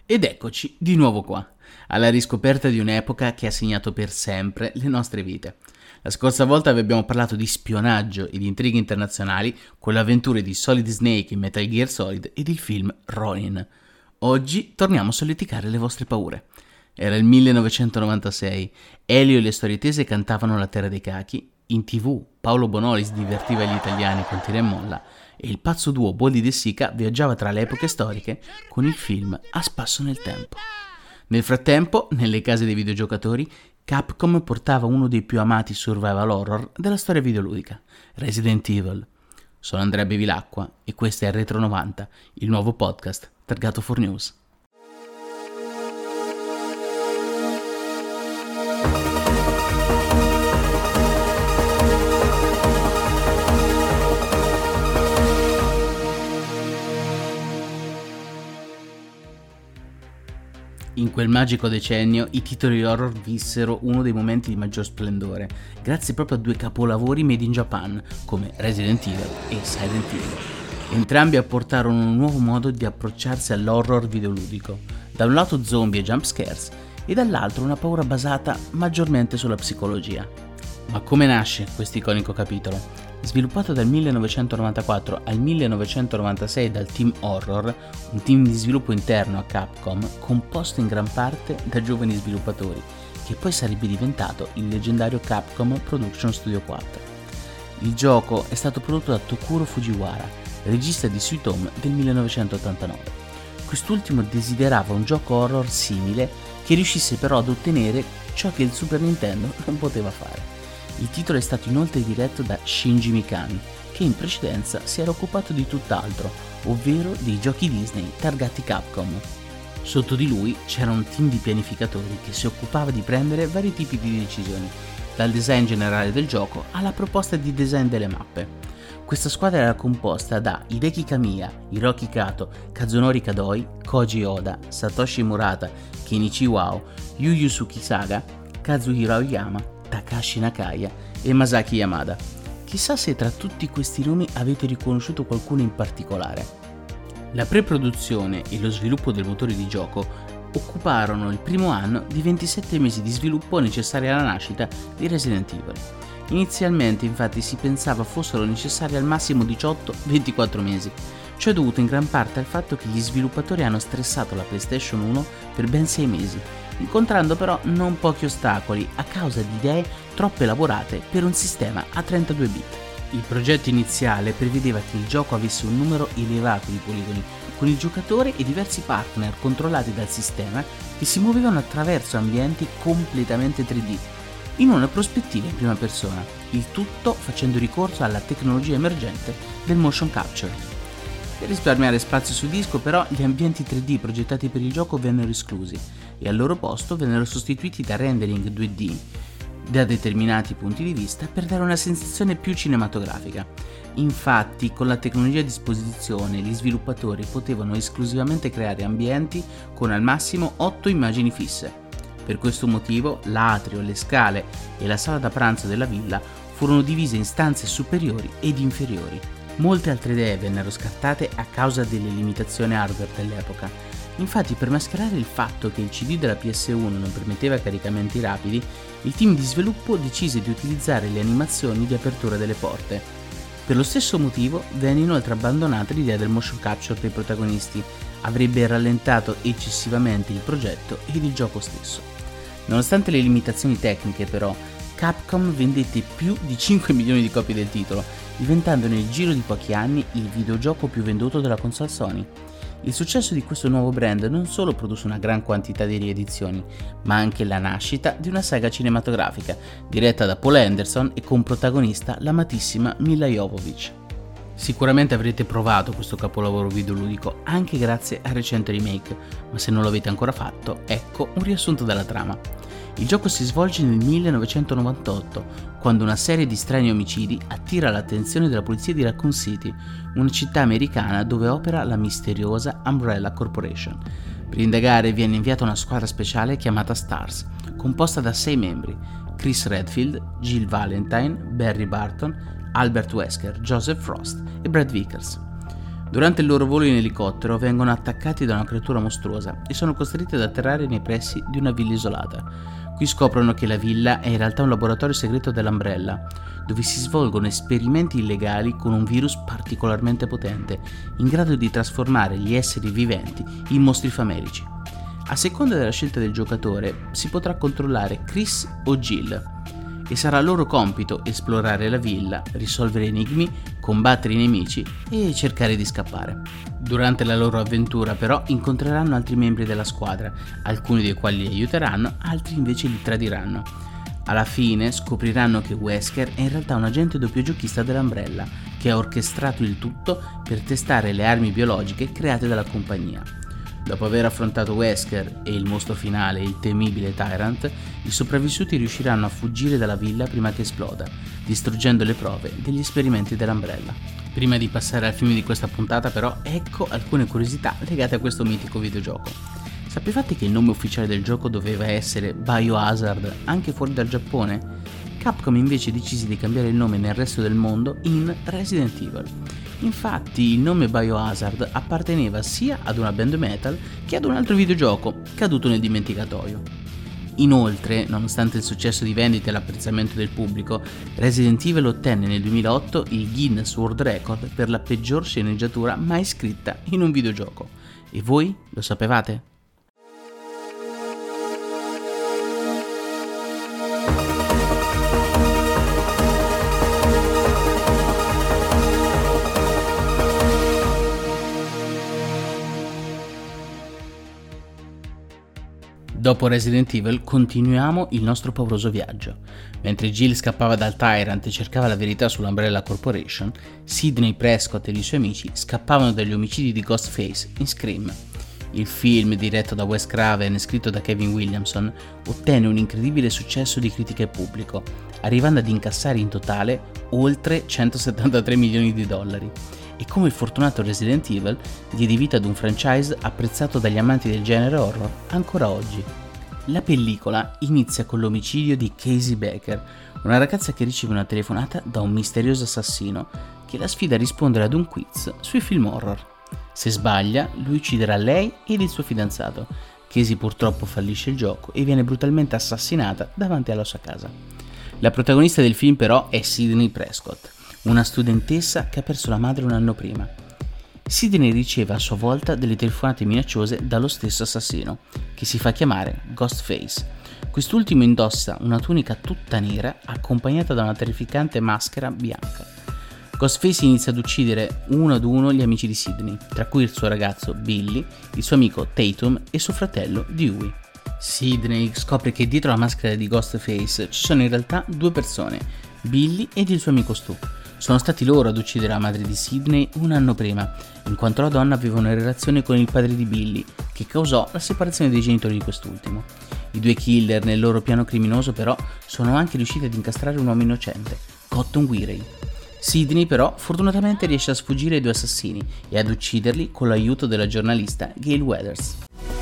Ed eccoci di nuovo qua, alla riscoperta di un'epoca che ha segnato per sempre le nostre vite. La scorsa volta vi abbiamo parlato di spionaggio e di intrighe internazionali con le avventure di Solid Snake in Metal Gear Solid ed il film Ronin. Oggi torniamo a solleticare le vostre paure. Era il 1996, Elio e le storie tese cantavano La terra dei cachi, in TV Paolo Bonoli si divertiva gli italiani con Tira e Molla e il pazzo duo Boldi De Sica viaggiava tra le epoche storiche con il film A spasso nel tempo. Nel frattempo, nelle case dei videogiocatori, Capcom portava uno dei più amati survival horror della storia videoludica, Resident Evil. Sono Andrea Bevilacqua e questo è Retro 90, il nuovo podcast targato 4News. In quel magico decennio i titoli horror vissero uno dei momenti di maggior splendore, grazie proprio a due capolavori made in Japan come Resident Evil e Silent Hill. Entrambi apportarono un nuovo modo di approcciarsi all'horror videoludico, da un lato zombie e jump scares e dall'altro una paura basata maggiormente sulla psicologia. Ma come nasce questo iconico capitolo? Sviluppato dal 1994 al 1996 dal Team Horror, un team di sviluppo interno a Capcom composto in gran parte da giovani sviluppatori, che poi sarebbe diventato il leggendario Capcom Production Studio 4. Il gioco è stato prodotto da Tokuro Fujiwara, regista di Sweet Home del 1989. Quest'ultimo desiderava un gioco horror simile che riuscisse però ad ottenere ciò che il Super Nintendo non poteva fare. Il titolo è stato inoltre diretto da Shinji Mikami, che in precedenza si era occupato di tutt'altro, ovvero dei giochi Disney targati Capcom. Sotto di lui c'era un team di pianificatori che si occupava di prendere vari tipi di decisioni, dal design generale del gioco alla proposta di design delle mappe. Questa squadra era composta da Hideki Kamiya, Hiroki Kato, Kazunori Kadoi, Koji Oda, Satoshi Murata, Kenichi Wao, Yu Saga, Kazuhiro Aoyama, Takashi Nakaya e Masaki Yamada. Chissà se tra tutti questi nomi avete riconosciuto qualcuno in particolare. La pre-produzione e lo sviluppo del motore di gioco occuparono il primo anno di 27 mesi di sviluppo necessari alla nascita di Resident Evil. Inizialmente infatti si pensava fossero necessari al massimo 18-24 mesi. Ciò è dovuto in gran parte al fatto che gli sviluppatori hanno stressato la PlayStation 1 per ben 6 mesi, incontrando però non pochi ostacoli a causa di idee troppo elaborate per un sistema a 32 bit. Il progetto iniziale prevedeva che il gioco avesse un numero elevato di poligoni, con il giocatore e diversi partner controllati dal sistema che si muovevano attraverso ambienti completamente 3D, in una prospettiva in prima persona, il tutto facendo ricorso alla tecnologia emergente del motion capture. Per risparmiare spazio sul disco però gli ambienti 3D progettati per il gioco vennero esclusi e al loro posto vennero sostituiti da rendering 2D da determinati punti di vista per dare una sensazione più cinematografica. Infatti con la tecnologia a disposizione gli sviluppatori potevano esclusivamente creare ambienti con al massimo 8 immagini fisse. Per questo motivo l'atrio, le scale e la sala da pranzo della villa furono divise in stanze superiori ed inferiori. Molte altre idee vennero scartate a causa delle limitazioni hardware dell'epoca. Infatti, per mascherare il fatto che il CD della PS1 non permetteva caricamenti rapidi, il team di sviluppo decise di utilizzare le animazioni di apertura delle porte. Per lo stesso motivo venne inoltre abbandonata l'idea del motion capture dei protagonisti, avrebbe rallentato eccessivamente il progetto ed il gioco stesso. Nonostante le limitazioni tecniche però, Capcom vendette più di 5 milioni di copie del titolo, diventando nel giro di pochi anni il videogioco più venduto della console Sony. Il successo di questo nuovo brand non solo produsse una gran quantità di riedizioni, ma anche la nascita di una saga cinematografica, diretta da Paul Anderson e con protagonista l'amatissima Milla Jovovich. Sicuramente avrete provato questo capolavoro videoludico anche grazie al recente remake, ma se non lo avete ancora fatto, ecco un riassunto della trama. Il gioco si svolge nel 1998, quando una serie di strani omicidi attira l'attenzione della polizia di Raccoon City, una città americana dove opera la misteriosa Umbrella Corporation. Per indagare viene inviata una squadra speciale chiamata STARS, composta da 6 membri: Chris Redfield, Jill Valentine, Barry Barton, Albert Wesker, Joseph Frost e Brad Vickers. Durante il loro volo in elicottero vengono attaccati da una creatura mostruosa e sono costretti ad atterrare nei pressi di una villa isolata. Qui scoprono che la villa è in realtà un laboratorio segreto dell'Umbrella, dove si svolgono esperimenti illegali con un virus particolarmente potente, in grado di trasformare gli esseri viventi in mostri famelici. A seconda della scelta del giocatore si potrà controllare Chris o Jill, e sarà loro compito esplorare la villa, risolvere enigmi, combattere i nemici e cercare di scappare. Durante la loro avventura però incontreranno altri membri della squadra, alcuni dei quali li aiuteranno, altri invece li tradiranno. Alla fine scopriranno che Wesker è in realtà un agente doppiogiochista dell'Umbrella, che ha orchestrato il tutto per testare le armi biologiche create dalla compagnia. Dopo aver affrontato Wesker e il mostro finale, il temibile Tyrant, i sopravvissuti riusciranno a fuggire dalla villa prima che esploda, distruggendo le prove degli esperimenti dell'Umbrella. Prima di passare al film di questa puntata però, ecco alcune curiosità legate a questo mitico videogioco. Sapevate che il nome ufficiale del gioco doveva essere Biohazard anche fuori dal Giappone? Capcom invece decise di cambiare il nome nel resto del mondo in Resident Evil. Infatti il nome Biohazard apparteneva sia ad una band metal che ad un altro videogioco caduto nel dimenticatoio. Inoltre, nonostante il successo di vendite e l'apprezzamento del pubblico, Resident Evil ottenne nel 2008 il Guinness World Record per la peggior sceneggiatura mai scritta in un videogioco. E voi lo sapevate? Dopo Resident Evil continuiamo il nostro pauroso viaggio. Mentre Jill scappava dal Tyrant e cercava la verità sull'Umbrella Corporation, Sidney Prescott e i suoi amici scappavano dagli omicidi di Ghostface in Scream. Il film, diretto da Wes Craven e scritto da Kevin Williamson, ottenne un incredibile successo di critica e pubblico, arrivando ad incassare in totale oltre 173 milioni di dollari. E come il fortunato Resident Evil diede vita ad un franchise apprezzato dagli amanti del genere horror ancora oggi. La pellicola inizia con l'omicidio di Casey Becker, una ragazza che riceve una telefonata da un misterioso assassino che la sfida a rispondere ad un quiz sui film horror. Se sbaglia, lui ucciderà lei ed il suo fidanzato. Casey purtroppo fallisce il gioco e viene brutalmente assassinata davanti alla sua casa. La protagonista del film però è Sidney Prescott, una studentessa che ha perso la madre un anno prima. Sidney riceve a sua volta delle telefonate minacciose dallo stesso assassino, che si fa chiamare Ghostface. Quest'ultimo indossa una tunica tutta nera accompagnata da una terrificante maschera bianca. Ghostface inizia ad uccidere uno ad uno gli amici di Sidney, tra cui il suo ragazzo Billy, il suo amico Tatum e suo fratello Dewey. Sidney scopre che dietro la maschera di Ghostface ci sono in realtà due persone, Billy ed il suo amico Stu. Sono stati loro ad uccidere la madre di Sidney un anno prima, in quanto la donna aveva una relazione con il padre di Billy, che causò la separazione dei genitori di quest'ultimo. I due killer nel loro piano criminoso però sono anche riusciti ad incastrare un uomo innocente, Cotton Weary. Sidney però fortunatamente riesce a sfuggire ai due assassini e ad ucciderli con l'aiuto della giornalista Gail Weathers.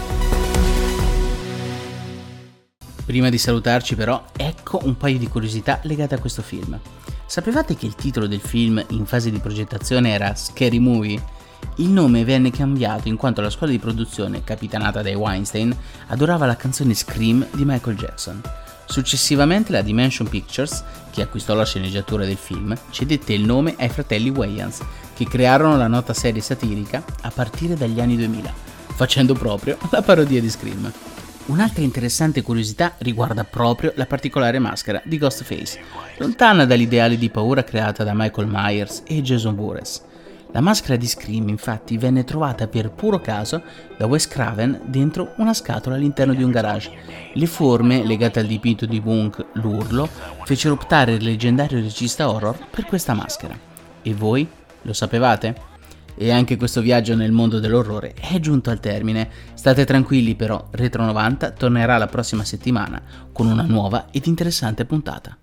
Prima di salutarci però, ecco un paio di curiosità legate a questo film. Sapevate che il titolo del film in fase di progettazione era Scary Movie? Il nome venne cambiato in quanto la scuola di produzione, capitanata dai Weinstein, adorava la canzone Scream di Michael Jackson. Successivamente la Dimension Pictures, che acquistò la sceneggiatura del film, cedette il nome ai fratelli Wayans, che crearono la nota serie satirica a partire dagli anni 2000, facendo proprio la parodia di Scream. Un'altra interessante curiosità riguarda proprio la particolare maschera di Ghostface, lontana dall'ideale di paura creata da Michael Myers e Jason Voorhees. La maschera di Scream infatti venne trovata per puro caso da Wes Craven dentro una scatola all'interno di un garage. Le forme legate al dipinto di Munch, l'urlo, fecero optare il leggendario regista horror per questa maschera. E voi lo sapevate? E anche questo viaggio nel mondo dell'orrore è giunto al termine. State tranquilli però, Retro 90 tornerà la prossima settimana con una nuova ed interessante puntata.